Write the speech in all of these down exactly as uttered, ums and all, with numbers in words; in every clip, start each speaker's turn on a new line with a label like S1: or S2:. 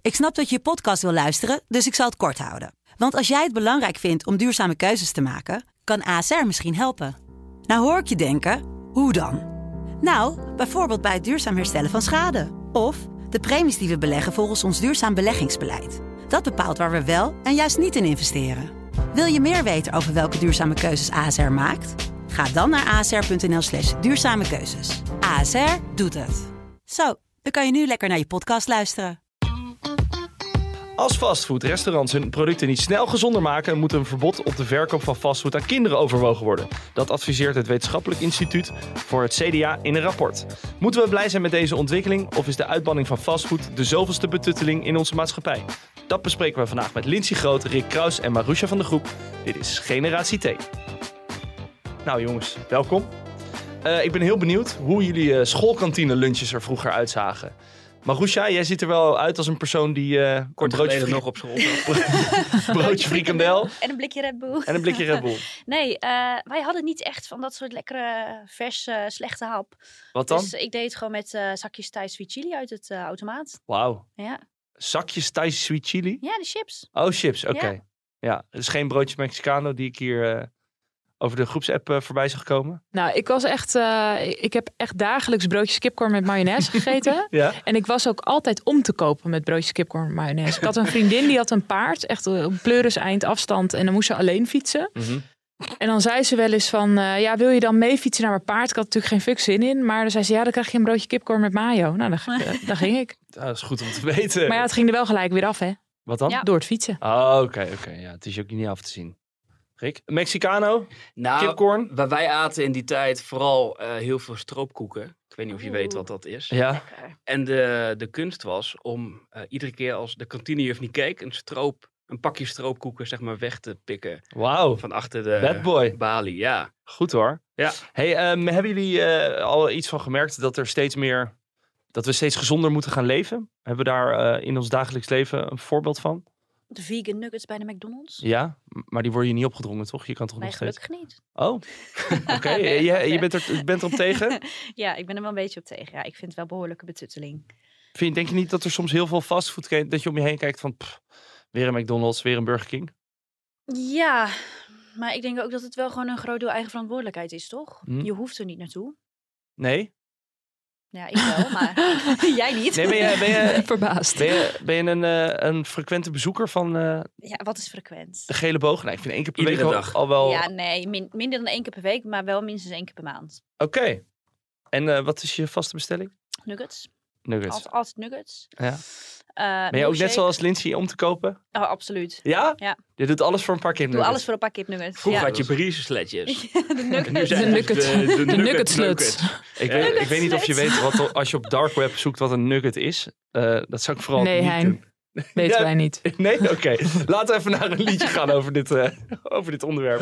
S1: Ik snap dat je je podcast wil luisteren, dus ik zal het kort houden. Want als jij het belangrijk vindt om duurzame keuzes te maken, kan A S R misschien helpen. Nou hoor ik je denken, hoe dan? Nou, bijvoorbeeld bij het duurzaam herstellen van schade. Of de premies die we beleggen volgens ons duurzaam beleggingsbeleid. Dat bepaalt waar we wel en juist niet in investeren. Wil je meer weten over welke duurzame keuzes A S R maakt? Ga dan naar asr.nl slash duurzame keuzes. A S R doet het. Zo, dan kan je nu lekker naar je podcast luisteren.
S2: Als fastfoodrestaurants hun producten niet snel gezonder maken, moet een verbod op de verkoop van fastfood aan kinderen overwogen worden. Dat adviseert het Wetenschappelijk Instituut voor het C D A in een rapport. Moeten we blij zijn met deze ontwikkeling of is de uitbanning van fastfood de zoveelste betutteling in onze maatschappij? Dat bespreken we vandaag met Lindsay Groot, Rick Kraus en Marusha van de Groep. Dit is Generatie T. Nou jongens, welkom. Uh, ik ben heel benieuwd hoe jullie uh, schoolkantine lunches er vroeger uitzagen. Marusha, jij ziet er wel uit als een persoon die... Uh,
S3: Kort
S2: broodje
S3: geleden
S2: frik...
S3: nog op school.
S2: broodje frikandel.
S4: En een blikje Red Bull.
S2: En een blikje Red Bull.
S4: Nee, uh, wij hadden niet echt van dat soort lekkere, vers, uh, slechte hap.
S2: Wat dan?
S4: Dus ik deed het gewoon met uh, zakjes Thai sweet chili uit het uh, automaat.
S2: Wauw.
S4: Ja.
S2: Zakjes Thai sweet chili?
S4: Ja, de chips.
S2: Oh, chips, oké. Okay.
S4: Ja.
S2: Ja, dus geen broodje Mexicano die ik hier... Uh, over de groepsapp uh, voorbij zag komen?
S5: Nou, ik was echt... Uh, ik heb echt dagelijks broodjes kipcorn met mayonaise gegeten.
S2: Ja?
S5: En ik was ook altijd om te kopen met broodjes kipcorn met mayonaise. Ik had een vriendin, die had een paard. Echt een pleuris eind afstand. En dan moest ze alleen fietsen.
S2: Mm-hmm.
S5: En dan zei ze wel eens van... Uh, ja, wil je dan mee fietsen naar mijn paard? Ik had natuurlijk geen fuck zin in. Maar dan zei ze, ja, dan krijg je een broodje kipcorn met mayo. Nou, dan, uh, dan ging ik.
S2: Dat is goed om te weten.
S5: Maar ja, het ging er wel gelijk weer af, hè?
S2: Wat dan?
S4: Ja.
S5: Door het fietsen.
S2: Oh, oké, okay, oké. Okay. Ja, het is ook niet af te zien. Rick? Mexicano?
S3: Nou,
S2: kipcorn?
S3: Waar wij aten in die tijd vooral uh, heel veel stroopkoeken. Ik weet niet of je weet wat dat is.
S2: Ja.
S3: En de, de kunst was om uh, iedere keer als de kantinejuf niet keek, een, stroop, een pakje stroopkoeken zeg maar weg te pikken.
S2: Wauw.
S3: Van achter de
S2: Bad boy.
S3: balie, ja.
S2: Goed hoor.
S3: Ja.
S2: Hey, um, hebben jullie uh, al iets van gemerkt dat er steeds meer, dat we steeds gezonder moeten gaan leven? Hebben we daar uh, in ons dagelijks leven een voorbeeld van?
S4: De vegan nuggets bij de McDonald's?
S2: Ja, maar die worden je niet opgedrongen, toch? Je kan toch
S4: Nee,
S2: nog steeds...
S4: gelukkig niet.
S2: Oh, oké. Okay. je, je bent er, bent er op tegen?
S4: Ja, ik ben er wel een beetje op tegen. Ja, ik vind het wel behoorlijke betutteling.
S2: Vind, denk je niet dat er soms heel veel fastfood... dat je om je heen kijkt van... Pff, weer een McDonald's, weer een Burger King?
S4: Ja, maar ik denk ook dat het wel gewoon een groot deel eigen verantwoordelijkheid is, toch?
S2: Hm.
S4: Je hoeft er niet naartoe.
S2: Nee?
S4: Ja, ik wel, maar jij niet.
S2: Nee, ben je, ben je,
S5: Verbaasd.
S2: Ben je, ben je een, uh, een frequente bezoeker van uh,
S4: Ja, wat is frequent?
S2: de Gele Boog? Nee, ik vind één keer per
S3: Iedere
S2: week al,
S3: dag.
S2: al wel...
S4: Ja, nee, min, minder dan één keer per week, maar wel minstens één keer per maand.
S2: Oké. Okay. En uh, wat is je vaste bestelling?
S4: Nuggets.
S2: Nuggets.
S4: Altijd, altijd nuggets.
S2: Ja.
S4: Uh,
S2: ben je ook net zoals Lindsay om te kopen?
S4: Oh, absoluut.
S2: Ja?
S4: Ja.
S2: Je doet alles voor een paar
S4: Ik doe
S2: kipnuggets?
S4: alles voor een paar kipnuggets.
S3: Vroeger
S4: Ja.
S3: had je Parijse sletjes.
S4: de nuggets.
S5: De nugget.
S3: De, de,
S5: De nugget
S3: sluts.
S5: sluts.
S2: Ik, weet, ik weet niet of je weet, wat, als je op dark web zoekt wat een nugget is. Uh, dat zou ik vooral
S5: Nee,
S2: niet
S5: Hein.
S2: doen.
S5: Weten
S2: Ja.
S5: wij niet.
S2: Nee? Oké. Okay. Laten we even naar een liedje gaan over dit, uh, over dit onderwerp.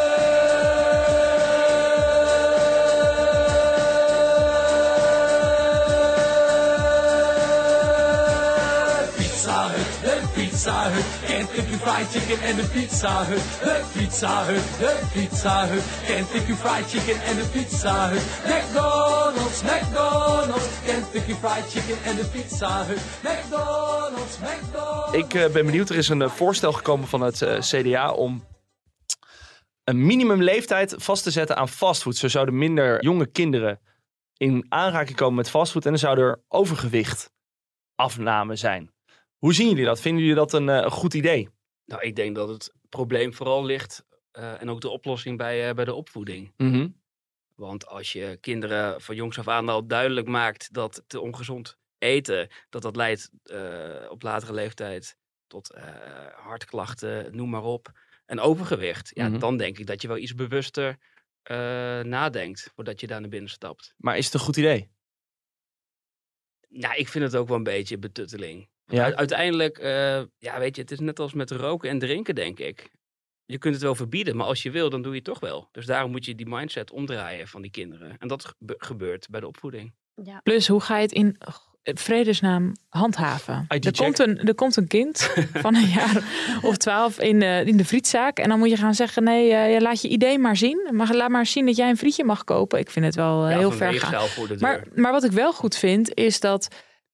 S6: Pizza Hut, de Pizza Hut, Kentucky Fried Chicken en de Pizza Hut. De Pizza Hut, de Pizza Hut, Kentucky Fried Chicken en de Pizza Hut. McDonald's, McDonald's, Kentucky Fried Chicken en de Pizza Hut. McDonald's, McDonald's.
S2: Ik uh, ben benieuwd, er is een uh, voorstel gekomen van het uh, C D A om een minimumleeftijd vast te zetten aan fastfood. Zo zouden minder jonge kinderen in aanraking komen met fastfood en dan zou er overgewicht afname zijn. Hoe zien jullie dat? Vinden jullie dat een, uh, een goed idee?
S3: Nou, ik denk dat het probleem vooral ligt uh, en ook de oplossing bij, uh, bij de opvoeding.
S2: Mm-hmm.
S3: Want als je kinderen van jongs af aan al duidelijk maakt dat te ongezond eten, dat dat leidt uh, op latere leeftijd tot uh, hartklachten, noem maar op, en overgewicht. Ja,
S2: Mm-hmm.
S3: dan denk ik dat je wel iets bewuster uh, nadenkt voordat je daar naar binnen stapt.
S2: Maar is het een goed idee?
S3: Nou, ik vind het ook wel een beetje betutteling.
S2: Ja.
S3: U- uiteindelijk, uh, ja, weet je, het is net als met roken en drinken, denk ik. Je kunt het wel verbieden, maar als je wil, dan doe je het toch wel. Dus daarom moet je die mindset omdraaien van die kinderen. En dat gebe- gebeurt bij de opvoeding.
S4: Ja.
S5: Plus, hoe ga je het in vredesnaam handhaven?
S2: I D
S5: Er
S2: check.
S5: komt, een, er komt een kind van een jaar of twaalf in, uh, in de frietzaak. En dan moet je gaan zeggen, nee, uh, ja, laat je idee maar zien. Maar laat maar zien dat jij een frietje mag kopen. Ik vind het wel uh,
S3: Ja,
S5: heel
S3: of een
S5: ver gaan.
S3: weegschaal voor de deur.
S5: Maar, maar wat ik wel goed vind, is dat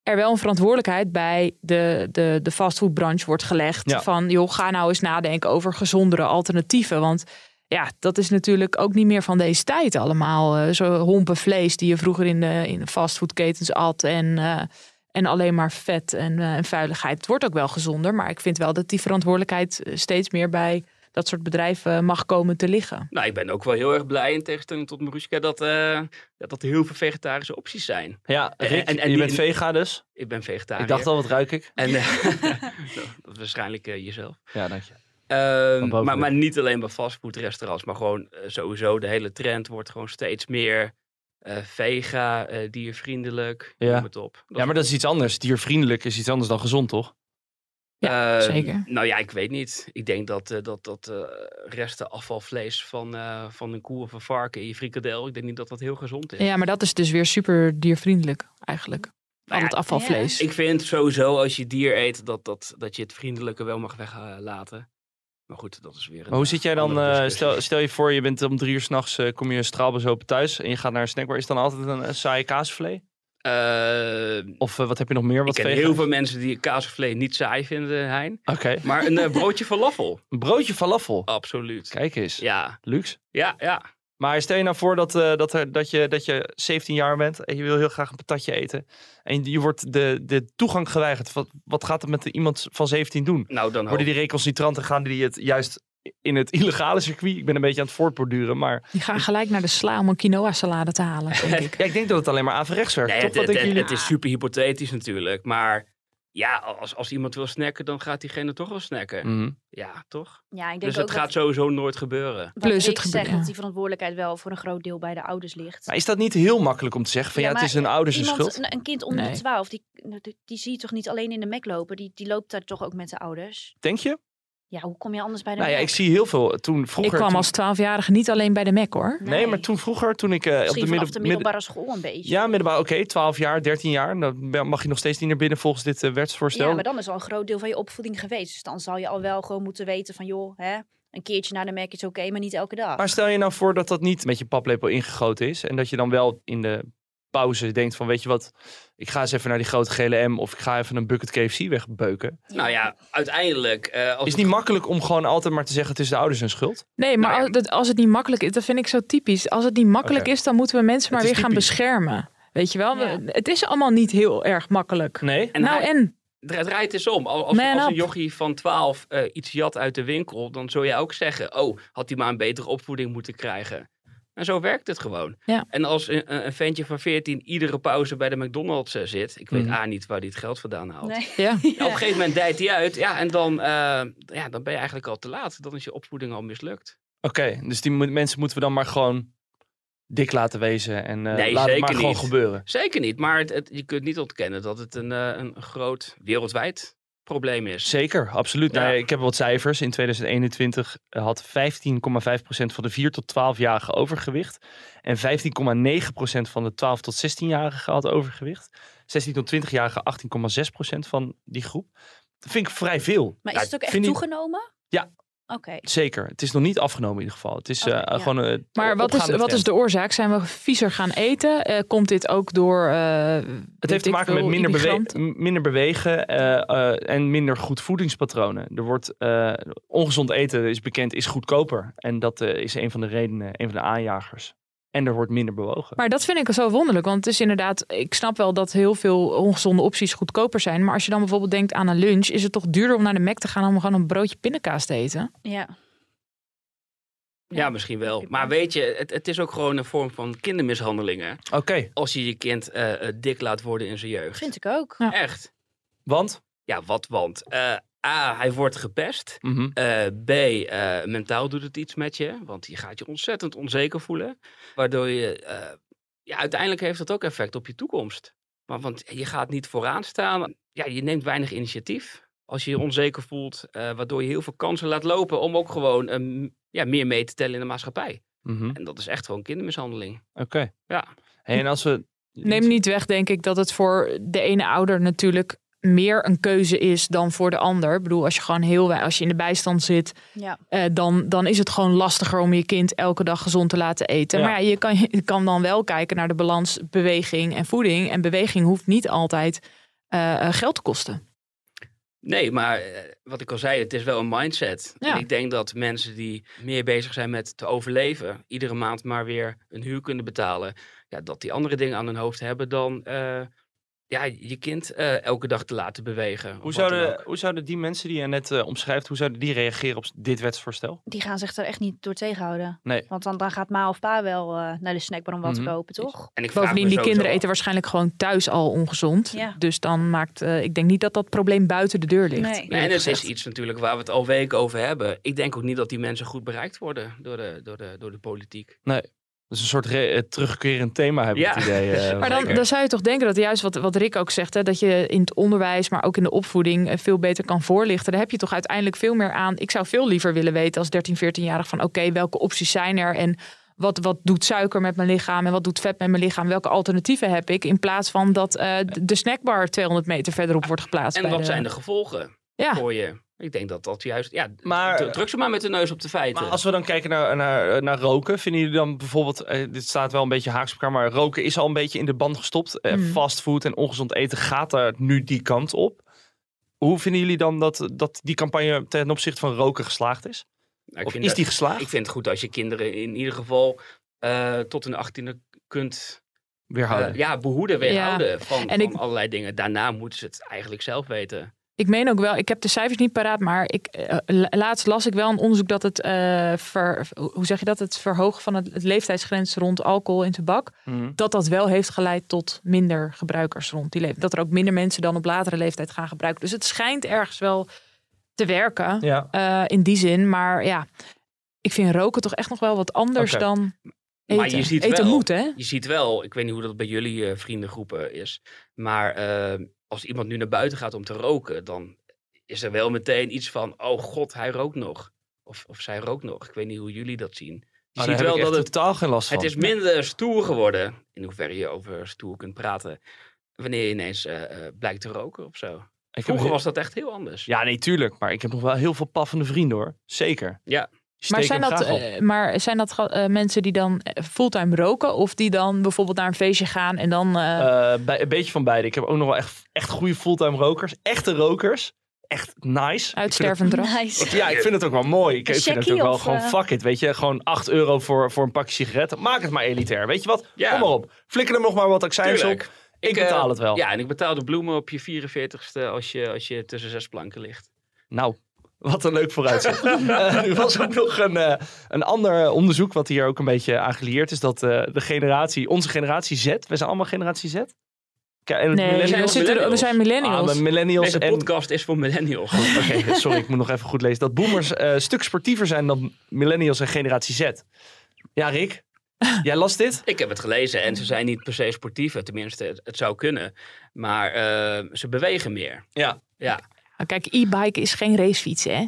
S5: er wel een verantwoordelijkheid bij de, de, de fastfoodbranche wordt gelegd.
S2: Ja.
S5: Van, joh, ga nou eens nadenken over gezondere alternatieven. Want ja, dat is natuurlijk ook niet meer van deze tijd allemaal. Uh, zo hompen vlees die je vroeger in de, in de fastfoodketens at. En, uh, en alleen maar vet en, uh, en vuiligheid. Het wordt ook wel gezonder. Maar ik vind wel dat die verantwoordelijkheid steeds meer bij dat soort bedrijven mag komen te liggen.
S3: Nou, ik ben ook wel heel erg blij in tegenstelling tot Maruska dat, uh, dat er heel veel vegetarische opties zijn.
S2: Ja, Rick,
S3: En- en
S2: je
S3: die-
S2: bent vega dus.
S3: Ik ben vegetariër.
S2: Ik dacht al, wat ruik ik?
S3: En, uh, dat is waarschijnlijk uh, jezelf.
S2: Ja, dank je.
S3: Ehm,
S2: Van boven
S3: maar,
S2: weer.
S3: maar niet alleen bij fastfoodrestaurants, maar gewoon uh, sowieso de hele trend wordt gewoon steeds meer uh, vega, uh, diervriendelijk,
S2: Ja.
S3: noem het op. Dat
S2: Ja, maar dat is iets anders. Diervriendelijk is iets anders dan gezond, toch?
S5: Ja,
S3: Eh,
S5: zeker.
S3: Nou ja, ik weet niet. Ik denk dat uh, dat, dat uh, resten afvalvlees van, uh, van een koe of een varken in je frikandel, ik denk niet dat dat heel gezond is.
S5: Ja, maar dat is dus weer super diervriendelijk eigenlijk. Al
S3: Nou ja,
S5: het afvalvlees.
S3: Ik vind sowieso als je dier eet dat, dat, dat je het vriendelijke wel mag weglaten. Maar goed, dat is weer een
S2: Maar hoe zit jij dan?
S3: andere
S2: Uh,
S3: discussie.
S2: stel, stel je voor, je bent om drie uur s'nachts, uh, kom je straalbezopen thuis en je gaat naar een snackbar. Is dan altijd een, een saaie kaasvlees?
S3: Uh,
S2: Of uh, wat heb je nog meer?
S3: ik
S2: Wat
S3: ken
S2: vegan
S3: heel
S2: is?
S3: veel mensen die kaasvlees niet saai vinden, Hein.
S2: Oké.
S3: Maar een uh, broodje falafel.
S2: Een broodje falafel.
S3: Absoluut.
S2: Kijk eens.
S3: Ja,
S2: Luxe.
S3: ja, ja.
S2: Maar stel je nou voor dat, uh, dat, er, dat, je, dat je zeventien jaar bent en je wil heel graag een patatje eten. En je wordt de, de toegang geweigerd. Wat, wat gaat het met iemand van zeventien doen?
S3: Nou, dan
S2: Worden die recalcitranten, gaan die het juist in het illegale circuit? Ik ben een beetje aan het voortborduren, maar
S5: Die gaan gelijk naar de sla om een quinoa salade te halen, denk ik.
S2: ja, ik denk dat het alleen maar averechts werkt.
S3: Nee,
S2: toch?
S3: het,
S2: Wat
S3: het,
S2: denken
S3: het,
S2: jullie?
S3: het is super hypothetisch natuurlijk. Maar ja, als, als iemand wil snacken, dan gaat diegene toch wel snacken.
S2: Mhm.
S3: Ja, toch?
S4: Ja, ik denk
S3: Dus
S4: ook
S3: het gaat
S4: dat,
S3: sowieso nooit gebeuren.
S4: wat
S5: Plus het
S4: Rick
S5: gebeurt,
S4: zegt,
S5: ja.
S4: dat die verantwoordelijkheid wel voor een groot deel bij de ouders ligt.
S2: Maar is dat niet heel makkelijk om te zeggen van ja,
S4: Ja,
S2: het is
S4: maar
S2: een ouders
S4: Iemand,
S2: schuld?
S4: Een, een kind onder
S5: Nee.
S4: de twaalf, die, die, die zie je toch niet alleen in de Mac lopen? Die, die loopt daar toch ook met de ouders?
S2: Denk je?
S4: Ja, hoe kom je anders bij de
S2: Nou ja,
S4: Mac?
S2: ik zie heel veel. Toen vroeger.
S5: Ik kwam
S2: toen-
S5: als twaalfjarige niet alleen bij de Mac, hoor.
S2: Nee, maar toen vroeger, toen ik uh, op
S4: Misschien
S2: de,
S4: vanaf
S2: midden,
S4: de
S2: midden-
S4: middelbare school een beetje.
S2: Ja, middelbaar, oké, twaalf jaar, dertien jaar. Dan mag je nog steeds niet naar binnen volgens dit uh, wetsvoorstel.
S4: Ja, maar dan is al een groot deel van je opvoeding geweest. Dus dan zal je al wel gewoon moeten weten van, joh, hè, een keertje naar de Mac is oké, maar niet elke dag.
S2: Maar stel je nou voor dat dat niet met je paplepel ingegoten is. En dat je dan wel in de pauze denkt van, weet je wat, ik ga eens even naar die grote gele M. Of ik ga even een bucket K F C wegbeuken.
S3: Nou ja, uiteindelijk... uh, als
S2: Is het
S3: het
S2: niet makkelijk om gewoon altijd maar te zeggen, het is de ouders hun schuld?
S5: Nee, maar
S3: Nou ja.
S5: als, dat, als het niet makkelijk is, dat vind ik zo typisch. Als het niet makkelijk
S2: Oké.
S5: is, dan moeten we mensen maar
S2: Het is
S5: weer gaan
S2: typisch.
S5: beschermen. Weet je wel?
S4: Ja.
S5: We- Het is allemaal niet heel erg makkelijk.
S2: Nee?
S3: En
S5: nou
S3: hij-
S5: en?
S3: Dra- Draai het eens om. Als, als,
S5: Man
S3: als een
S5: up.
S3: jochie van twaalf uh, iets jat uit de winkel, dan zul je ook zeggen, oh, had hij maar een betere opvoeding moeten krijgen. En zo werkt het gewoon.
S5: Ja.
S3: En als een, een ventje van veertien iedere pauze bij de McDonald's uh, zit, ik weet
S2: Mhm.
S3: A niet waar hij het geld vandaan haalt.
S4: Nee.
S5: Ja.
S3: Op een gegeven moment dijt hij uit, ja, en dan, uh, ja, dan ben je eigenlijk al te laat. Dan is je opvoeding al mislukt.
S2: Oké, dus die mo- mensen moeten we dan maar gewoon dik laten wezen. En uh,
S3: Nee,
S2: laat het
S3: zeker
S2: maar gewoon
S3: niet.
S2: gebeuren.
S3: Zeker niet, maar het, het- je kunt niet ontkennen dat het een, uh, een groot wereldwijd probleem is.
S2: Zeker, absoluut.
S3: Ja.
S2: Nou, ja, ik heb wat cijfers. In tweeduizend eenentwintig had vijftien komma vijf procent van de vier tot twaalf-jarigen overgewicht. En vijftien komma negen procent van de twaalf tot zestien-jarigen had overgewicht. zestien tot twintig-jarigen achttien komma zes procent van die groep. Dat vind ik vrij veel.
S4: Maar
S2: Ja,
S4: is het ook echt
S2: vind je-
S4: toegenomen?
S2: Ja.
S4: Oké.
S2: Zeker. Het is nog niet afgenomen in ieder geval. Het is
S4: Oké,
S2: uh,
S4: ja.
S2: gewoon een
S5: Maar wat is,
S2: opgaande
S5: wat is
S2: trend.
S5: de oorzaak? Zijn we viezer gaan eten? Eh, komt dit ook door... eh,
S2: Het
S5: weet
S2: heeft te
S5: ik
S2: maken
S5: veel,
S2: met minder, bewe
S5: immigranten?
S2: m- minder bewegen uh, uh, en minder goed voedingspatronen. Er wordt uh, ongezond eten is bekend, is goedkoper. En dat uh, is een van de redenen, een van de aanjagers. En er wordt minder bewogen.
S5: Maar dat vind ik zo wonderlijk. Want het is inderdaad, ik snap wel dat heel veel ongezonde opties goedkoper zijn. Maar als je dan bijvoorbeeld denkt aan een lunch, is het toch duurder om naar de Mac te gaan om gewoon een broodje pindakaas te eten?
S4: Ja.
S3: Ja, misschien wel. Maar weet je, het, het is ook gewoon een vorm van kindermishandelingen.
S2: Oké, okay.
S3: Als je je kind uh, dik laat worden in zijn jeugd.
S4: Vind ik ook.
S5: Ja.
S3: Echt.
S2: Want?
S3: Ja, wat want? Uh, A, hij wordt gepest.
S2: Mm-hmm.
S3: Uh, B, uh, mentaal doet het iets met je. Want je gaat je ontzettend onzeker voelen. Waardoor je... Uh, ja, uiteindelijk heeft dat ook effect op je toekomst. Maar, want je gaat niet vooraan staan. Ja, je neemt weinig initiatief. Als je je onzeker voelt. Uh, waardoor je heel veel kansen laat lopen om ook gewoon um, ja, meer mee te tellen in de maatschappij.
S2: Mm-hmm.
S3: En dat is echt gewoon kindermishandeling.
S2: Oké. Okay.
S3: Ja.
S2: Hey, en als we...
S5: Neem niet weg, denk ik, dat het voor de ene ouder natuurlijk meer een keuze is dan voor de ander. Ik bedoel, als je gewoon heel als je in de bijstand zit,
S4: ja.
S5: uh, dan, dan is het gewoon lastiger om je kind elke dag gezond te laten eten.
S2: Ja.
S5: Maar ja, je kan, je kan dan wel kijken naar de balans beweging en voeding. En beweging hoeft niet altijd uh, geld te kosten.
S3: Nee, maar uh, wat ik al zei, het is wel een mindset.
S5: Ja.
S3: En ik denk dat mensen die meer bezig zijn met te overleven, iedere maand maar weer een huur kunnen betalen, ja, dat die andere dingen aan hun hoofd hebben dan uh, ja, je kind uh, elke dag te laten bewegen.
S2: Hoe zouden, hoe zouden die mensen die je net uh, omschrijft, hoe zouden die reageren op dit wetsvoorstel?
S4: Die gaan zich er echt niet door tegenhouden.
S2: Nee.
S4: Want dan, dan gaat ma of pa wel uh, naar de snackbar om wat
S2: Mm-hmm.
S4: te kopen, toch?
S3: En ik
S5: Bovendien, die kinderen eten waarschijnlijk gewoon thuis al ongezond.
S4: Ja.
S5: Dus dan maakt, uh, ik denk niet dat dat probleem buiten de deur ligt.
S4: Nee.
S3: En het is iets natuurlijk waar we het al weken over hebben. Ik denk ook niet dat die mensen goed bereikt worden door de, door de, door de politiek.
S2: Nee. Dat is een soort re- terugkerend thema, heb ik
S3: Ja.
S2: het idee. Uh,
S5: Maar dan, dan zou je toch denken dat juist wat, wat Rick ook zegt, hè, dat je in het onderwijs, maar ook in de opvoeding uh, veel beter kan voorlichten. Daar heb je toch uiteindelijk veel meer aan. Ik zou veel liever willen weten als dertien, veertien-jarig van oké, okay, welke opties zijn er en wat, wat doet suiker met mijn lichaam en wat doet vet met mijn lichaam? Welke alternatieven heb ik? In plaats van dat uh, de snackbar tweehonderd meter verderop wordt geplaatst.
S3: En
S5: bij
S3: wat
S5: de...
S3: zijn de gevolgen
S5: ja.
S3: voor je? Ik denk dat dat juist... Ja,
S2: maar,
S3: druk ze maar met de neus op de feiten.
S2: Maar als we dan kijken naar, naar, naar roken, vinden jullie dan bijvoorbeeld... Eh, dit staat wel een beetje haaks op elkaar, maar roken is al een beetje in de band gestopt. Eh,
S5: Mm.
S2: Fastfood en ongezond eten gaat er nu die kant op. Hoe vinden jullie dan dat, dat die campagne ten opzichte van roken geslaagd is?
S3: Nou, ik
S2: Of
S3: vind
S2: is
S3: dat-
S2: die geslaagd?
S3: Ik vind het goed als je kinderen in ieder geval uh, tot hun achttiende kunt
S2: Weerhouden.
S3: uh, ja, behoeden, weerhouden
S5: Ja.
S3: van,
S5: En
S3: van
S5: ik-
S3: allerlei dingen. Daarna moeten ze het eigenlijk zelf weten.
S5: Ik meen ook wel, ik heb de cijfers niet paraat, maar ik, uh, laatst las ik wel een onderzoek dat het, uh, ver, hoe zeg je dat, het verhogen van het, het leeftijdsgrens rond alcohol en tabak,
S2: Mhm.
S5: dat dat wel heeft geleid tot minder gebruikers rond die leeftijd. Dat er ook minder mensen dan op latere leeftijd gaan gebruiken. Dus het schijnt ergens wel te werken,
S2: Ja.
S5: uh, in die zin. Maar ja, ik vind roken toch echt nog wel wat anders
S2: Oké.
S5: dan eten.
S3: Maar je ziet
S5: eten
S3: wel-
S5: moet, hè?
S3: Je ziet wel, ik weet niet hoe dat bij jullie uh, vriendengroepen is, maar uh, als iemand nu naar buiten gaat om te roken, dan is er wel meteen iets van, oh god, hij rookt nog. Of, of zij rookt nog. Ik weet niet hoe jullie dat zien. Je
S2: Maar daar
S3: ziet
S2: heb
S3: wel
S2: ik echt
S3: dat het,
S2: totaal geen last van.
S3: het is minder stoer geworden, in hoeverre je over stoer kunt praten, wanneer je ineens uh, uh, blijkt te roken of zo.
S2: Ik heb
S3: Vroeger
S2: heel-
S3: was dat echt heel anders.
S2: Ja, nee, tuurlijk. Maar ik heb nog wel heel veel paffende vrienden, hoor. Zeker.
S3: Ja.
S2: Die
S5: Maar
S2: steken
S5: zijn,
S2: hem
S5: dat,
S2: graag op.
S5: uh, maar zijn dat uh, mensen die dan uh, fulltime roken? Of die dan bijvoorbeeld naar een feestje gaan en dan... Uh...
S2: Uh, bij, een beetje van beide. Ik heb ook nog wel echt, echt goede fulltime rokers. Echte rokers. Echt nice.
S5: Uitstervend ras.
S4: Nice.
S2: Ja, ik vind het ook wel mooi. Ik,
S4: Een
S2: ik vind het
S4: checkie
S2: ook wel
S4: of,
S2: gewoon
S4: uh,
S2: fuck it, weet je. Gewoon acht euro voor, voor een pakje sigaretten. Maak het maar elitair. Weet je wat?
S3: Ja.
S2: Kom maar op. Flikker er nog maar wat accijns op.
S3: Tuurlijk.
S2: Ik
S3: uh,
S2: betaal het wel.
S3: Ja, en ik betaal de bloemen op je vierenveertigste als je, als je tussen zes planken ligt.
S2: Nou, wat een leuk vooruitzicht. uh, er was ook nog een, uh, een ander onderzoek wat hier ook een beetje aan gelieerd is. Dat uh, de generatie, onze generatie Z, we zijn allemaal generatie Z. Kijk, en het
S5: Nee, we,
S2: millennials-
S5: zitten er, we zijn millennials.
S2: Ah, maar millennials
S3: Deze
S2: en...
S3: podcast is voor millennials.
S2: Oké, sorry, ik moet nog even goed lezen. Dat boomers uh, een stuk sportiever zijn dan millennials en generatie Z. Ja, Rick, jij las dit?
S3: Ik heb het gelezen en ze zijn niet per se sportief. Tenminste, het, het zou kunnen. Maar uh, ze bewegen meer.
S2: Ja.
S3: Ja.
S5: Kijk, e-bike is geen racefiets, hè?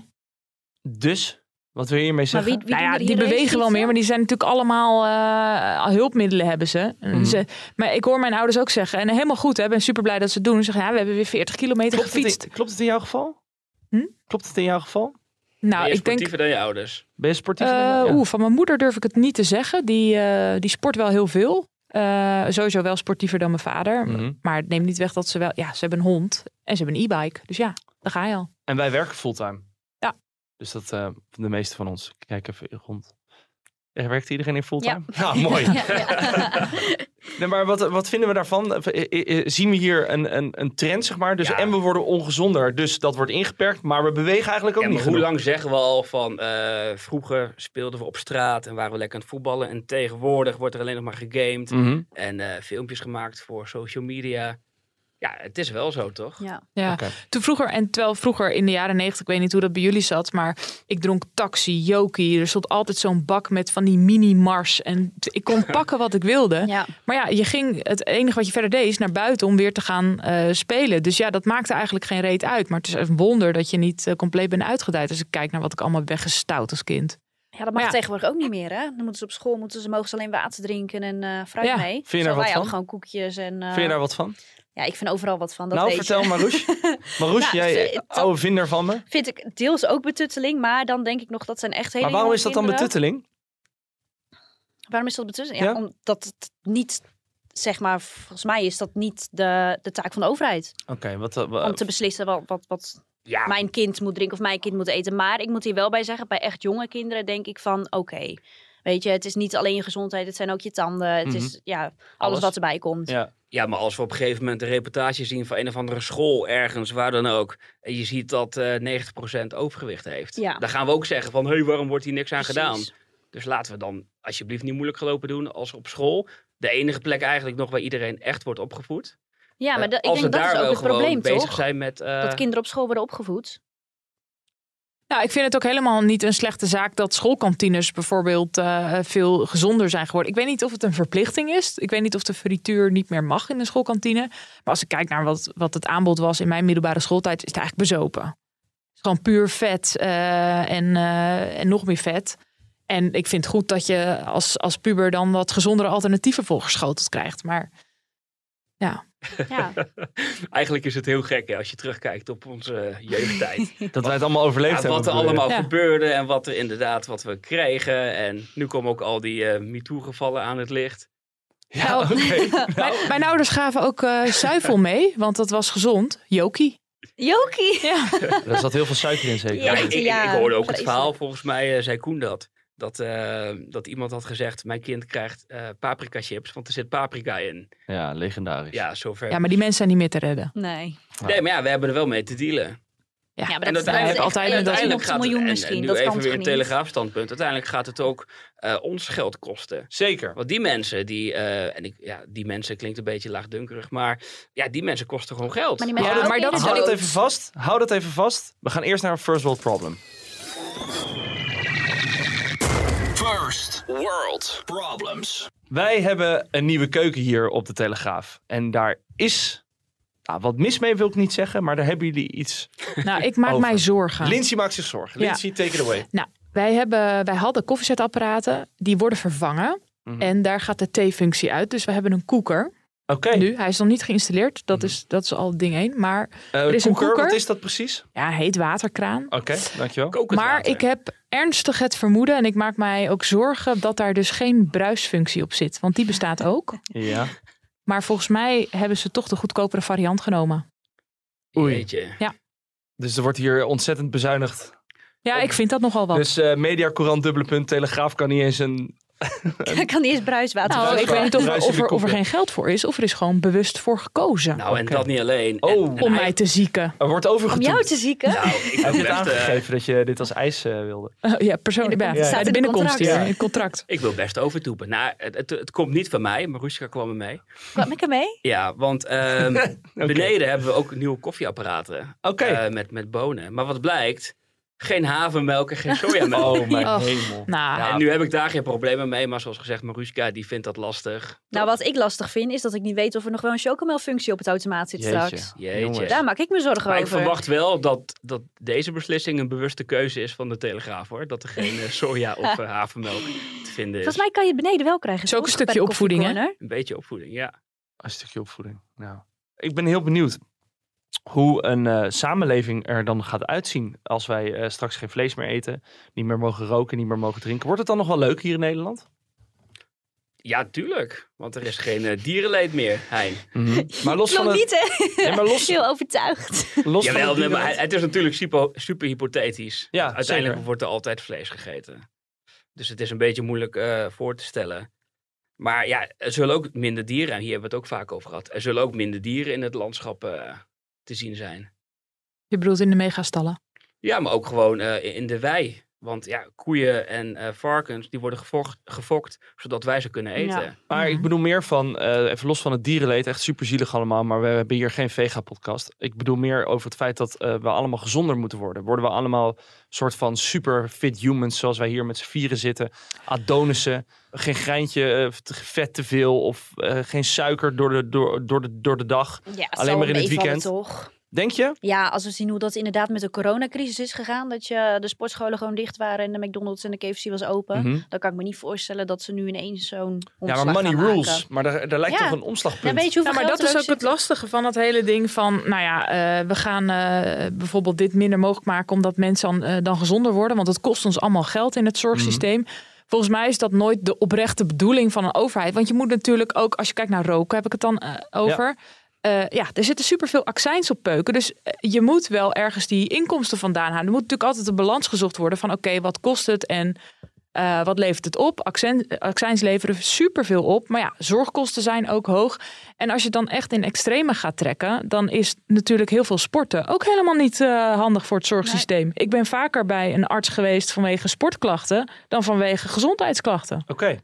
S2: Dus, wat wil je hiermee
S4: Maar
S2: zeggen?
S4: wie, wie
S5: Nou ja,
S4: doen er
S5: die
S4: hier
S5: bewegen wel
S4: racefietsen?
S5: meer, maar die zijn natuurlijk allemaal uh, hulpmiddelen hebben ze.
S2: Mhm.
S5: ze. Maar ik hoor mijn ouders ook zeggen, en helemaal goed, ik ben super blij dat ze het doen. Ze zeggen, ja, we hebben weer veertig kilometer
S2: Klopt het,
S5: gefietst.
S2: in, klopt het in jouw geval?
S5: Hm?
S2: Klopt het in jouw geval?
S5: Nou,
S3: ben je
S5: ik denk,
S3: sportiever dan je ouders?
S2: Ben je sportief?
S5: uh,
S2: Ja.
S5: oeh, van mijn moeder durf ik het niet te zeggen. Die, uh, die sport wel heel veel. Uh, sowieso wel sportiever dan mijn vader.
S2: Mhm.
S5: Maar het neemt niet weg dat ze wel, ja, ze hebben een hond en ze hebben een e-bike. Dus ja, daar ga je al.
S2: En wij werken fulltime.
S5: Ja.
S2: Dus dat, uh, de meeste van ons. Kijk even rond. Er werkt iedereen in fulltime?
S4: Ja.
S2: Nou, mooi.
S4: Ja, ja.
S2: Nee, maar wat, wat vinden we daarvan? Zien we hier een, een, een trend, zeg maar? Dus
S3: Ja.
S2: en we worden ongezonder, dus dat wordt ingeperkt. Maar we bewegen eigenlijk ook
S3: Ja,
S2: niet
S3: maar hoe
S2: genoeg.
S3: lang zeggen we al van... Uh, vroeger speelden we op straat en waren we lekker aan het voetballen. En tegenwoordig wordt er alleen nog maar gegamed.
S2: Mhm.
S3: En uh, filmpjes gemaakt voor social media. Ja, het is wel zo, toch?
S4: Ja.
S5: Ja,
S2: Oké.
S5: toen vroeger, en terwijl vroeger in de jaren negentig, ik weet niet hoe dat bij jullie zat, maar ik dronk taxi, jokie. Er stond altijd zo'n bak met van die mini-mars. En t- ik kon pakken wat ik wilde.
S4: Ja.
S5: Maar ja, je ging, het enige wat je verder deed is naar buiten om weer te gaan uh, spelen. Dus ja, dat maakte eigenlijk geen reet uit. Maar het is een wonder dat je niet uh, compleet bent uitgedijd. Als ik kijk naar wat ik allemaal heb weggestout als kind.
S4: Ja, dat mag
S5: Maar ja.
S4: tegenwoordig ook niet meer, hè? Dan moeten ze op school, moeten ze, mogen ze alleen water drinken en uh, fruit
S5: Ja.
S4: mee.
S2: Vind je
S4: Terwijl
S2: daar wat
S4: wij
S2: van?
S4: hadden gewoon koekjes en... Uh,
S2: Vind je daar wat van?
S4: Ja, ik vind overal wat van. Dat
S2: nou,
S4: weet
S2: vertel
S4: je.
S2: Marouche. Marouche,
S4: Nou,
S2: jij
S4: het-
S2: oude vinder van me.
S4: Vind ik deels ook betutteling, maar dan denk ik nog dat zijn echt hele
S2: Maar waarom
S4: jonge
S2: is dat dan
S4: kinderen.
S2: betutteling?
S4: Waarom is dat betutteling? Ja,
S2: Ja?
S4: omdat het niet zeg maar, volgens mij is dat niet de, de taak van de overheid.
S2: Oké, okay, wat... Uh,
S4: om te beslissen wat, wat, wat
S3: ja.
S4: mijn kind moet drinken of mijn kind moet eten. Maar ik moet hier wel bij zeggen, bij echt jonge kinderen denk ik van, oké, okay, weet je, het is niet alleen je gezondheid, het zijn ook je tanden. Het mm-hmm. is ja, alles, alles wat erbij komt.
S3: Ja. ja, maar als we op een gegeven moment een reportage zien van een of andere school ergens, waar dan ook, en je ziet dat uh, negentig procent overgewicht heeft. Ja. Dan gaan we ook zeggen van, hé, hey, waarom wordt hier niks aan Precies. gedaan? Dus laten we dan alsjeblieft niet moeilijk gelopen doen als op school. De enige plek eigenlijk nog waar iedereen echt wordt opgevoed.
S4: Ja, maar de, uh, ik denk dat is ook het probleem,
S3: bezig
S4: toch?
S3: Zijn met, uh...
S4: dat kinderen op school worden opgevoed.
S5: Nou, ik vind het ook helemaal niet een slechte zaak dat schoolkantines bijvoorbeeld uh, veel gezonder zijn geworden. Ik weet niet of het een verplichting is. Ik weet niet of de frituur niet meer mag in de schoolkantine. Maar als ik kijk naar wat, wat het aanbod was in mijn middelbare schooltijd, is het eigenlijk bezopen. Het is gewoon puur vet uh, en, uh, en nog meer vet. En ik vind het goed dat je als, als puber dan wat gezondere alternatieven voorgeschoteld krijgt. Maar ja...
S4: Ja.
S3: Eigenlijk is het heel gek hè, als je terugkijkt op onze jeugdtijd.
S2: Dat wij het allemaal overleefd ja, hebben.
S3: Wat er allemaal ja. gebeurde en wat er inderdaad wat we kregen. En nu komen ook al die uh, MeToo-gevallen aan het licht.
S5: Ja, nou, okay. nou. mijn, mijn ouders gaven ook uh, zuivel mee, want dat was gezond. Jokie.
S4: Jokie?
S5: Ja.
S2: Daar zat heel veel suiker in zeker.
S3: Ja, ik, ik, ik hoorde ook het verhaal, volgens mij uh, zei Koen dat. Dat, uh, dat iemand had gezegd, mijn kind krijgt uh, paprika chips, want er zit paprika in.
S2: Ja, legendarisch.
S3: Ja, zover.
S5: Ja, maar die mensen zijn niet meer te redden.
S4: Nee.
S3: Nee, maar ja, we hebben er wel mee te dealen.
S4: Ja, ja maar
S3: en
S4: dat
S3: uiteindelijk,
S4: is
S3: altijd, uiteindelijk gaat het,
S4: miljoen
S3: en,
S4: misschien.
S3: En nu
S4: dat
S3: even
S4: kan
S3: weer een
S4: niet.
S3: telegraafstandpunt. Uiteindelijk gaat het ook uh, ons geld kosten.
S2: Zeker.
S3: Want die mensen, die, uh, en ik, ja, die mensen klinkt een beetje laagdunkerig, maar ja, die mensen kosten gewoon geld.
S4: Maar, die
S2: ja,
S4: ja,
S2: maar dat is Hou dat even vast. Hou dat even vast. We gaan eerst naar een first world problem. First world problems. Wij hebben een nieuwe keuken hier op de Telegraaf. En daar is... Nou, wat mis mee wil ik niet zeggen, maar daar hebben jullie iets
S5: Nou, ik maak
S2: over.
S5: mij zorgen.
S2: Lindsay maakt zich zorgen. Ja. Lindsay, take it away.
S5: Nou, wij, hebben, wij hadden koffiezetapparaten. Die worden vervangen. Mm-hmm. En daar gaat de theefunctie uit. Dus we hebben een koeker.
S2: Oké. Okay.
S5: Nu, hij is nog niet geïnstalleerd. Dat, mm-hmm. is, dat is al ding één. Maar
S2: uh,
S5: er is
S2: koeker,
S5: een koeker.
S2: Wat is dat precies?
S5: Ja, heet waterkraan.
S2: Oké, okay, dankjewel.
S5: Maar ik heb ernstig het vermoeden, en ik maak mij ook zorgen, dat daar dus geen bruisfunctie op zit. Want die bestaat ook.
S2: Ja.
S5: Maar volgens mij hebben ze toch de goedkopere variant genomen.
S3: Oei.
S5: Ja.
S2: Dus er wordt hier ontzettend bezuinigd.
S5: Ja, op... ik vind dat nogal wat.
S2: Dus uh, Mediacourant, dubbele punt, Telegraaf kan niet eens een...
S4: een... kan niet eens bruiswater.
S5: Nou, ik weet niet of, of, er, of er geen geld voor is. Of er is gewoon bewust voor gekozen.
S3: Nou, en okay. dat niet alleen.
S2: Oh.
S3: En,
S5: en Om hij... mij te zieken.
S2: Er wordt overgetoet.
S4: Om jou te zieken?
S3: Nou, ik
S2: heb
S3: wil
S2: je het aangegeven uh... dat je dit als eis uh, wilde?
S5: Uh, ja, persoonlijk. Ja, ja. ja, de binnenkomst hier. Ja. In het contract.
S3: Ik wil best overtoepen. Nou, het, het, het komt niet van mij. Maruska kwam er mee.
S4: Kwam ik er mee?
S3: Ja, want um, okay. beneden hebben we ook nieuwe koffieapparaten.
S2: Okay.
S3: Uh, met, met bonen. Maar wat blijkt... Geen havermelk en geen sojamelk.
S2: Oh, mijn oh. hemel.
S5: Nou,
S3: ja, en nu heb ik daar geen problemen mee. Maar zoals gezegd, Maruska, die vindt dat lastig.
S4: Nou, wat ik lastig vind, is dat ik niet weet of er nog wel een chocomelfunctie op het automaat zit
S2: Jeetje.
S4: straks.
S3: Jeetje.
S4: Daar maak ik me zorgen
S3: maar
S4: over.
S3: ik verwacht wel dat, dat deze beslissing een bewuste keuze is van de Telegraaf, hoor. Dat er geen uh, soja of uh, havermelk te vinden is.
S4: Volgens mij kan je het beneden wel krijgen.
S5: Het is ook een stukje opvoeding, hè?
S3: Een beetje opvoeding, ja.
S2: Een stukje opvoeding, nou. Ik ben heel benieuwd hoe een uh, samenleving er dan gaat uitzien als wij uh, straks geen vlees meer eten, niet meer mogen roken, niet meer mogen drinken. Wordt het dan nog wel leuk hier in Nederland?
S3: Ja, tuurlijk. Want er is geen uh, dierenleed meer, Hein.
S2: Mm-hmm. Maar los van
S4: het...
S2: het...
S4: niet, hè?
S2: Nee, maar los...
S4: Heel overtuigd.
S3: Los Jawel, van het, maar het is natuurlijk super, super hypothetisch.
S2: Ja,
S3: uiteindelijk
S2: zeker.
S3: wordt er altijd vlees gegeten. Dus het is een beetje moeilijk uh, voor te stellen. Maar ja, er zullen ook minder dieren, en hier hebben we het ook vaak over gehad, er zullen ook minder dieren in het landschap uh, te zien zijn.
S5: Je bedoelt in de megastallen?
S3: Ja, maar ook gewoon uh, in de wei. Want ja, koeien en uh, varkens, die worden gefokt, gefokt, zodat wij ze kunnen eten. Ja.
S2: Maar ik bedoel meer van, uh, even los van het dierenleed, echt super zielig allemaal, maar we hebben hier geen vega-podcast. Ik bedoel meer over het feit dat uh, we allemaal gezonder moeten worden. Worden we allemaal soort van super fit humans, zoals wij hier met z'n vieren zitten. Adonissen, geen greintje, uh, vet te veel of uh, geen suiker door de, door, door de, door de dag.
S4: Ja,
S2: alleen maar in het weekend.
S4: Toch?
S2: Denk je?
S4: Ja, als we zien hoe dat inderdaad met de coronacrisis is gegaan. Dat je de sportscholen gewoon dicht waren en de McDonald's en de K F C was open. Mm-hmm. Dan kan ik me niet voorstellen dat ze nu ineens zo'n omslag
S2: Ja, maar money
S4: gaan
S2: rules.
S4: maken.
S2: Maar daar, daar lijkt
S4: ja.
S2: toch een omslagpunt.
S4: Ja, weet je
S5: ja, maar dat is ook
S4: zit?
S5: het lastige van het hele ding van, nou ja, uh, we gaan uh, bijvoorbeeld dit minder mogelijk maken omdat mensen dan, uh, dan gezonder worden. Want het kost ons allemaal geld in het zorgsysteem. Mm-hmm. volgens mij is dat nooit de oprechte bedoeling van een overheid. Want je moet natuurlijk ook, als je kijkt naar roken, heb ik het dan uh, over. Ja. Uh, ja, er zitten superveel accijns op peuken. Dus uh, je moet wel ergens die inkomsten vandaan halen. Er moet natuurlijk altijd een balans gezocht worden van oké, okay, wat kost het en uh, wat levert het op? Accent, accijns leveren superveel op. Maar ja, zorgkosten zijn ook hoog. En als je dan echt in extreme gaat trekken, dan is natuurlijk heel veel sporten ook helemaal niet uh, handig voor het zorgsysteem. Nee. Ik ben vaker bij een arts geweest vanwege sportklachten dan vanwege gezondheidsklachten.
S2: Oké. Okay.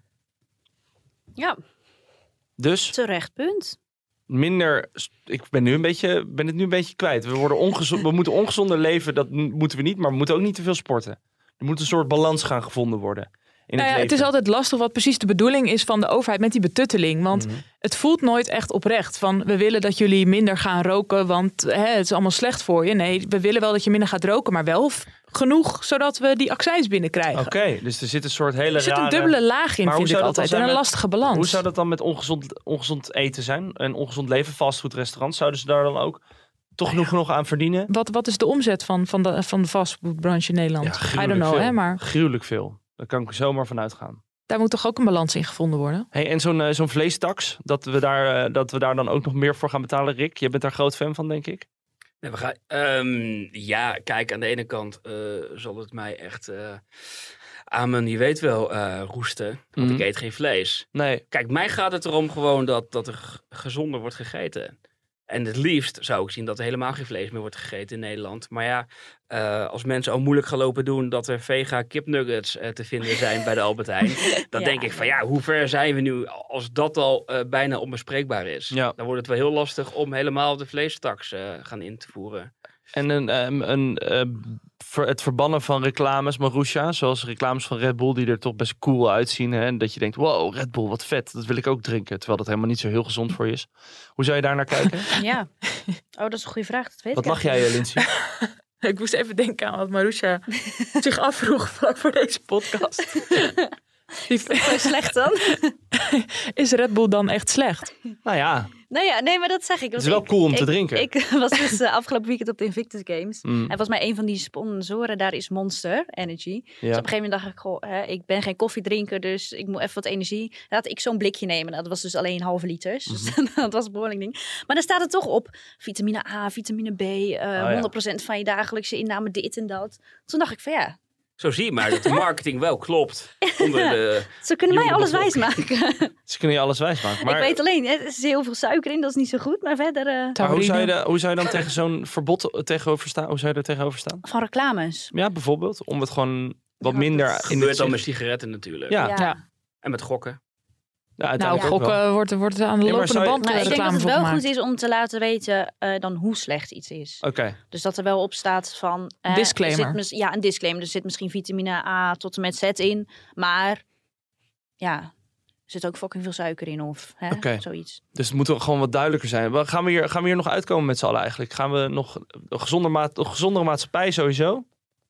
S4: Ja.
S2: Dus?
S4: Terecht punt.
S2: Minder, ik ben, nu een beetje, ben het nu een beetje kwijt. We, worden ongezond, we moeten ongezonder leven, dat moeten we niet, maar we moeten ook niet te veel sporten. Er moet een soort balans gaan gevonden worden. In
S5: nou
S2: het,
S5: ja, het is altijd lastig wat precies de bedoeling is van de overheid met die betutteling. Want mm-hmm. het voelt nooit echt oprecht van we willen dat jullie minder gaan roken, want hè, het is allemaal slecht voor je. Nee, we willen wel dat je minder gaat roken, maar wel f- genoeg zodat we die accijns binnenkrijgen.
S2: Oké, okay, dus er zit een soort hele
S5: Er zit
S2: rare...
S5: een dubbele laag in, vind ik altijd. En een met... lastige balans.
S2: Hoe zou dat dan met ongezond, ongezond eten zijn? En ongezond leven, fastfoodrestaurants? Zouden ze daar dan ook toch genoeg, genoeg aan verdienen?
S5: Wat, wat is de omzet van, van, de, van de fastfoodbranche in Nederland?
S2: Ja, I don't know,
S5: hè, maar...
S2: Gruwelijk veel. Daar kan ik zomaar van uitgaan.
S5: Daar moet toch ook een balans in gevonden worden?
S2: Hey, en zo'n, uh, zo'n vleestaks, dat we, daar, uh, dat we daar dan ook nog meer voor gaan betalen, Rick? Je bent daar groot fan van, denk ik.
S3: Nee, we gaan, um, ja, kijk, aan de ene kant uh, zal het mij echt uh, aan mijn, je weet wel, uh, roesten. Want mm-hmm. ik eet geen vlees.
S2: Nee.
S3: Kijk, mij gaat het erom gewoon dat, dat er g- gezonder wordt gegeten. En het liefst zou ik zien dat er helemaal geen vlees meer wordt gegeten in Nederland. Maar ja, uh, als mensen al moeilijk gaan lopen doen dat er vega kipnuggets uh, te vinden zijn bij de Albert Heijn. Dan ja. denk ik van ja, hoe ver zijn we nu als dat al uh, bijna onbespreekbaar is. Ja. Dan wordt het wel heel lastig om helemaal de vleestaks uh, gaan in te voeren.
S2: En een, um, een, uh, ver, het verbannen van reclames, Marusha, zoals reclames van Red Bull die er toch best cool uitzien. Hè? En dat je denkt, wow, Red Bull, wat vet, dat wil ik ook drinken. Terwijl dat helemaal niet zo heel gezond voor je is. Hoe zou je daar naar kijken?
S4: Ja, oh, dat is een goede vraag. Dat weet
S2: wat
S4: ik
S2: mag jij, Lindsay?
S5: Ik moest even denken aan wat Marusha zich afvroeg vlak voor deze podcast.
S4: Die... Is dat zo slecht dan?
S5: Is Red Bull dan echt slecht?
S2: Nou ja.
S4: Nou ja, nee, maar dat zeg ik.
S2: Het is wel
S4: ik,
S2: cool om
S4: ik,
S2: te drinken.
S4: Ik, ik was dus uh, afgelopen weekend op de Invictus Games.
S2: Mm.
S4: En volgens mij een van die sponsoren daar is Monster Energy. Ja. Dus op een gegeven moment dacht ik, goh, hè, ik ben geen koffiedrinker, dus ik moet even wat energie. Laat ik zo'n blikje nemen. Dat was dus alleen halve liters. Mm-hmm. Dus dat was een behoorlijk ding. Maar dan staat er toch op vitamine A, vitamine B, uh, oh, ja. honderd procent van je dagelijkse inname dit en dat. Toen dacht ik van ja...
S3: Zo zie je maar dat de marketing wel klopt. Onder de
S4: Ze kunnen mij alles wijsmaken.
S2: Ze kunnen je alles wijsmaken. Maar...
S4: Ik weet alleen, er is heel veel suiker in, dat is niet zo goed. Maar verder... Uh...
S2: Maar hoe, zou je de, hoe zou je dan tegen zo'n verbod tegenover staan? Hoe zou je er tegenover staan?
S4: Van reclames?
S2: Ja, bijvoorbeeld. Om het gewoon wat
S4: ja,
S2: minder...
S3: Het gebeurt al met sigaretten natuurlijk.
S2: Ja.
S3: Ja. ja. En met gokken.
S2: Ja,
S5: nou, gokken wordt, wordt aan de lopende
S2: nee,
S5: band
S4: nou,
S5: reclame
S4: Ik denk dat het wel
S5: gemaakt.
S4: goed is om te laten weten uh, dan hoe slecht iets is.
S2: Oké. Okay.
S4: Dus dat er wel op staat van... Uh,
S5: disclaimer.
S4: Zit mis, ja, een disclaimer. Er zit misschien vitamine A tot en met Z in. Maar ja, er zit ook fucking veel suiker in of hè,
S2: okay.
S4: zoiets.
S2: Dus het moet gewoon wat duidelijker zijn. Gaan we hier, gaan we hier nog uitkomen met z'n allen eigenlijk? Gaan we nog een gezonder ma- gezondere maatschappij sowieso?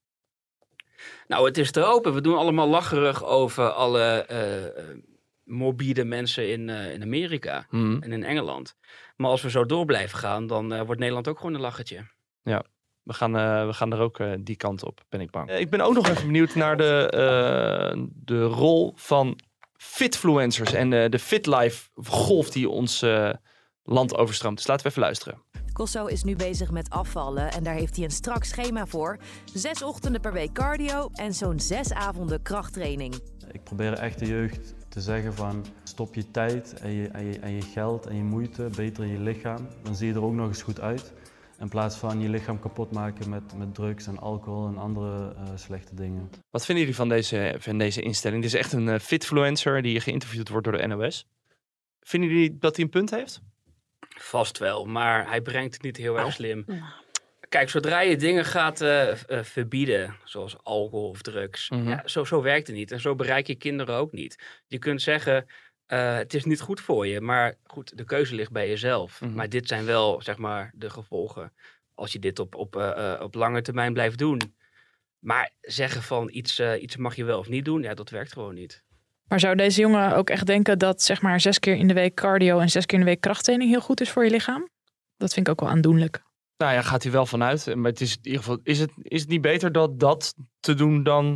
S3: Nou, het is te hopen. We doen allemaal lacherig over alle... Uh, morbide mensen in, uh, in Amerika mm. en in Engeland. Maar als we zo door blijven gaan, dan uh, wordt Nederland ook gewoon een lachertje.
S2: Ja, we gaan, uh, we gaan er ook uh, die kant op, ben ik bang. Uh, ik ben ook nog even benieuwd naar de, uh, de rol van fitfluencers en uh, de fitlife golf die ons uh, land overstroomt. Dus laten we even luisteren.
S7: Kosso is nu bezig met afvallen en daar heeft hij een strak schema voor. Zes ochtenden per week cardio en zo'n zes avonden krachttraining.
S8: Ik probeer echt de jeugd te zeggen van stop je tijd en je, en je, en je geld en je moeite beter in je lichaam. Dan zie je er ook nog eens goed uit. In plaats van je lichaam kapot maken met, met drugs en alcohol en andere uh, slechte dingen.
S2: Wat vinden jullie van deze, van deze instelling? Dit is echt een uh, fitfluencer die geïnterviewd wordt door de N O S. Vinden jullie dat hij een punt heeft?
S3: Vast wel, maar hij brengt het niet heel erg slim. Kijk, zodra je dingen gaat uh, uh, verbieden, zoals alcohol of drugs, mm-hmm. ja, zo, zo werkt het niet. En zo bereik je kinderen ook niet. Je kunt zeggen, uh, het is niet goed voor je, maar goed, de keuze ligt bij jezelf. Mm-hmm. Maar dit zijn wel, zeg maar, de gevolgen als je dit op, op, uh, uh, op lange termijn blijft doen. Maar zeggen van iets, uh, iets mag je wel of niet doen, ja, dat werkt gewoon niet.
S5: Maar zou deze jongen ook echt denken dat zeg maar zes keer in de week cardio en zes keer in de week krachttraining heel goed is voor je lichaam? Dat vind ik ook wel aandoenlijk.
S2: Nou ja, gaat hij wel vanuit. Maar het is in ieder geval, is het, is het niet beter dat dat te doen dan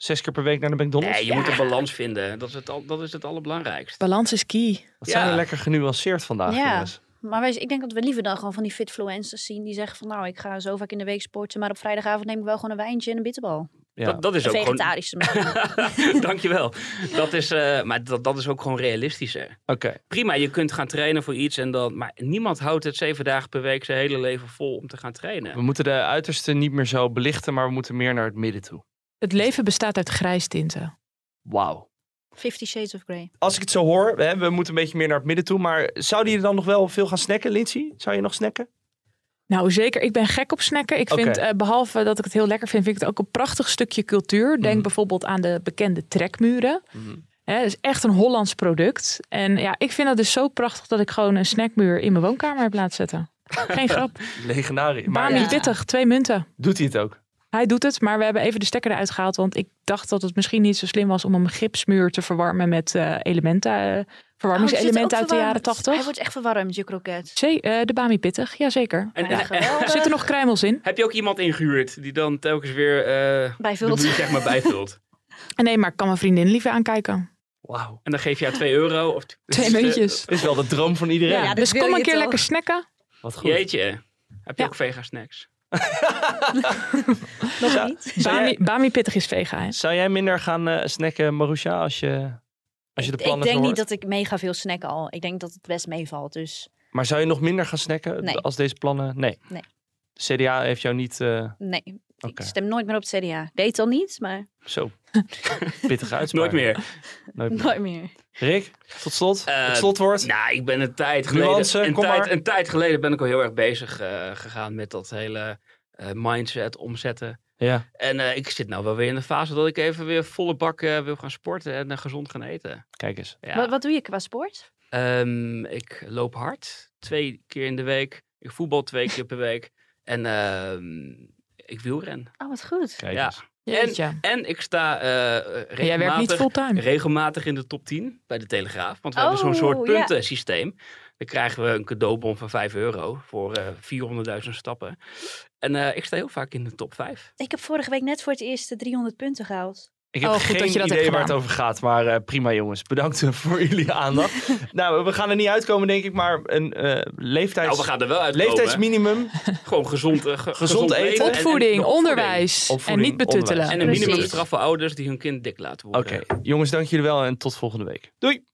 S2: zes keer per week naar de McDonald's?
S3: Nee, je moet een balans vinden. Dat is het, al, dat is het allerbelangrijkste.
S5: Balans is key.
S2: Wat zijn
S3: Ja.
S2: we lekker genuanceerd vandaag,
S4: Ja.
S2: jongens.
S4: Maar wij, ik denk dat we liever dan gewoon van die fitfluencers zien die zeggen van nou, ik ga zo vaak in de week sporten, maar op vrijdagavond neem ik wel gewoon een wijntje en een bitterbal.
S2: Ja.
S3: Dat, dat is
S4: Een
S3: ook gewoon...
S4: vegetarische misschien.
S3: Dankjewel. Dat is, uh, maar dat, dat is ook gewoon realistischer.
S2: Oké.
S3: Prima, je kunt gaan trainen voor iets en dan... Maar niemand houdt het zeven dagen per week zijn hele leven vol om te gaan trainen.
S2: We moeten de uiterste niet meer zo belichten, maar we moeten meer naar het midden toe.
S5: Het leven bestaat uit grijstinten.
S2: Wauw.
S4: Fifty Shades of Grey.
S2: Als ik het zo hoor, hè, we moeten een beetje meer naar het midden toe. Maar zou die dan nog wel veel gaan snacken, Lindsay? Zou je nog snacken?
S5: Nou, zeker. Ik ben gek op snacken. Ik vind,
S2: Oké.
S5: uh, behalve dat ik het heel lekker vind, vind ik het ook een prachtig stukje cultuur. Denk
S2: Mhm.
S5: bijvoorbeeld aan de bekende trekmuren.
S2: Mm.
S5: Hè, dat is echt een Hollands product. En ja, ik vind dat dus zo prachtig dat ik gewoon een snackmuur in mijn woonkamer heb laten zetten. Geen grap.
S2: Legendarisch. Maar
S5: Bami
S4: Ja.
S5: pittig, twee munten.
S2: doet hij het ook?
S5: Hij doet het, maar we hebben even de stekker eruit gehaald. Want ik dacht dat het misschien niet zo slim was om een gipsmuur te verwarmen met uh, elementen, uh, verwarmingselementen uit de jaren
S4: Hij
S5: tachtig.
S4: wordt echt verwarmd, je kroket.
S5: Zee, uh, de Bami pittig, jazeker.
S3: En,
S4: Ja,
S3: en-
S4: geweldig.
S5: Er zitten nog kruimels in.
S3: heb je ook iemand ingehuurd die dan telkens weer uh, de
S4: Bijvult.
S3: boel zeg maar bijvult?
S5: En nee, maar ik kan mijn vriendin liever aankijken.
S2: Wauw.
S3: En dan geef je haar twee euro. Of
S5: Twee muntjes.
S2: Het is wel de droom van iedereen.
S5: Ja,
S4: Ja,
S5: dus
S4: dat wil
S5: kom een
S4: je
S5: keer
S4: toch?
S5: lekker snacken.
S2: Wat goed.
S3: Jeetje. Heb je
S5: Ja.
S3: ook vega snacks?
S4: Nog
S2: Zou-
S4: niet.
S2: Zou
S5: Bami,
S2: jij,
S5: Bami pittig is vega, hè?
S2: zou jij minder gaan uh, snacken, Marusha, als je, als je de
S4: Ik
S2: plannen
S4: denk
S2: zo
S4: niet
S2: hoort?
S4: dat ik mega veel snack al. Ik denk dat het best meevalt. Dus
S2: Maar zou je nog minder gaan snacken
S4: Nee.
S2: als deze plannen? Nee.
S4: Nee.
S2: De C D A heeft jou niet uh,
S4: nee,
S2: Oké.
S4: ik stem nooit meer op het C D A. Deed het al niet, maar
S2: zo pittige uitspraak.
S3: Nooit meer.
S2: Nooit meer.
S4: nooit meer.
S2: Rick, tot slot.
S3: Eh,
S2: het slotwoord.
S3: Nou, ik ben een tijd geleden...
S2: Nuance,
S3: een,
S2: kom
S3: tijd,
S2: maar.
S3: een tijd geleden ben ik al heel erg bezig uh, gegaan met dat hele uh, mindset omzetten.
S2: Ja.
S3: En uh, ik zit nou wel weer in de fase dat ik even weer volle bak uh, wil gaan sporten en uh, gezond gaan eten.
S2: Kijk eens.
S3: Ja.
S4: Wat, wat doe je qua sport?
S3: Um, ik loop hard, twee keer in de week. Ik voetbal twee keer per week. En uh, ik wielren.
S4: Oh, wat goed.
S2: Kijk
S3: Ja.
S2: eens.
S5: Jeetje.
S3: En ik sta uh,
S5: En jij werkt niet
S3: regelmatig,
S5: fulltime.
S3: regelmatig in de top tien bij de Telegraaf. Want we
S4: Oh,
S3: hebben zo'n soort
S4: ja.
S3: puntensysteem. Dan krijgen we een cadeaubon van vijf euro voor uh, vierhonderdduizend stappen. En uh, ik sta heel vaak in de top vijf.
S4: Ik heb vorige week net voor het eerst de driehonderd punten gehaald.
S2: Ik heb
S5: Oh, goed
S2: geen
S5: dat je dat
S2: idee
S5: hebt
S2: waar het
S5: gedaan.
S2: over gaat, maar uh, prima jongens. Bedankt uh, voor jullie aandacht. Nou, we gaan er niet uitkomen denk ik, maar een uh, leeftijds...
S3: Nou, we gaan er wel uit.
S2: leeftijdsminimum.
S3: Gewoon gezond, uh, ge- gezond
S2: eten.
S3: eten. en- en
S5: Opvoeding,
S3: nog
S5: onderwijs.
S2: Opvoeding,
S5: en niet betuttelen.
S2: onderwijs.
S3: En een
S4: Precies.
S3: minimumstraf voor ouders die hun kind dik laten
S2: Oké,
S3: worden.
S2: jongens, dank jullie wel en tot volgende week. Doei!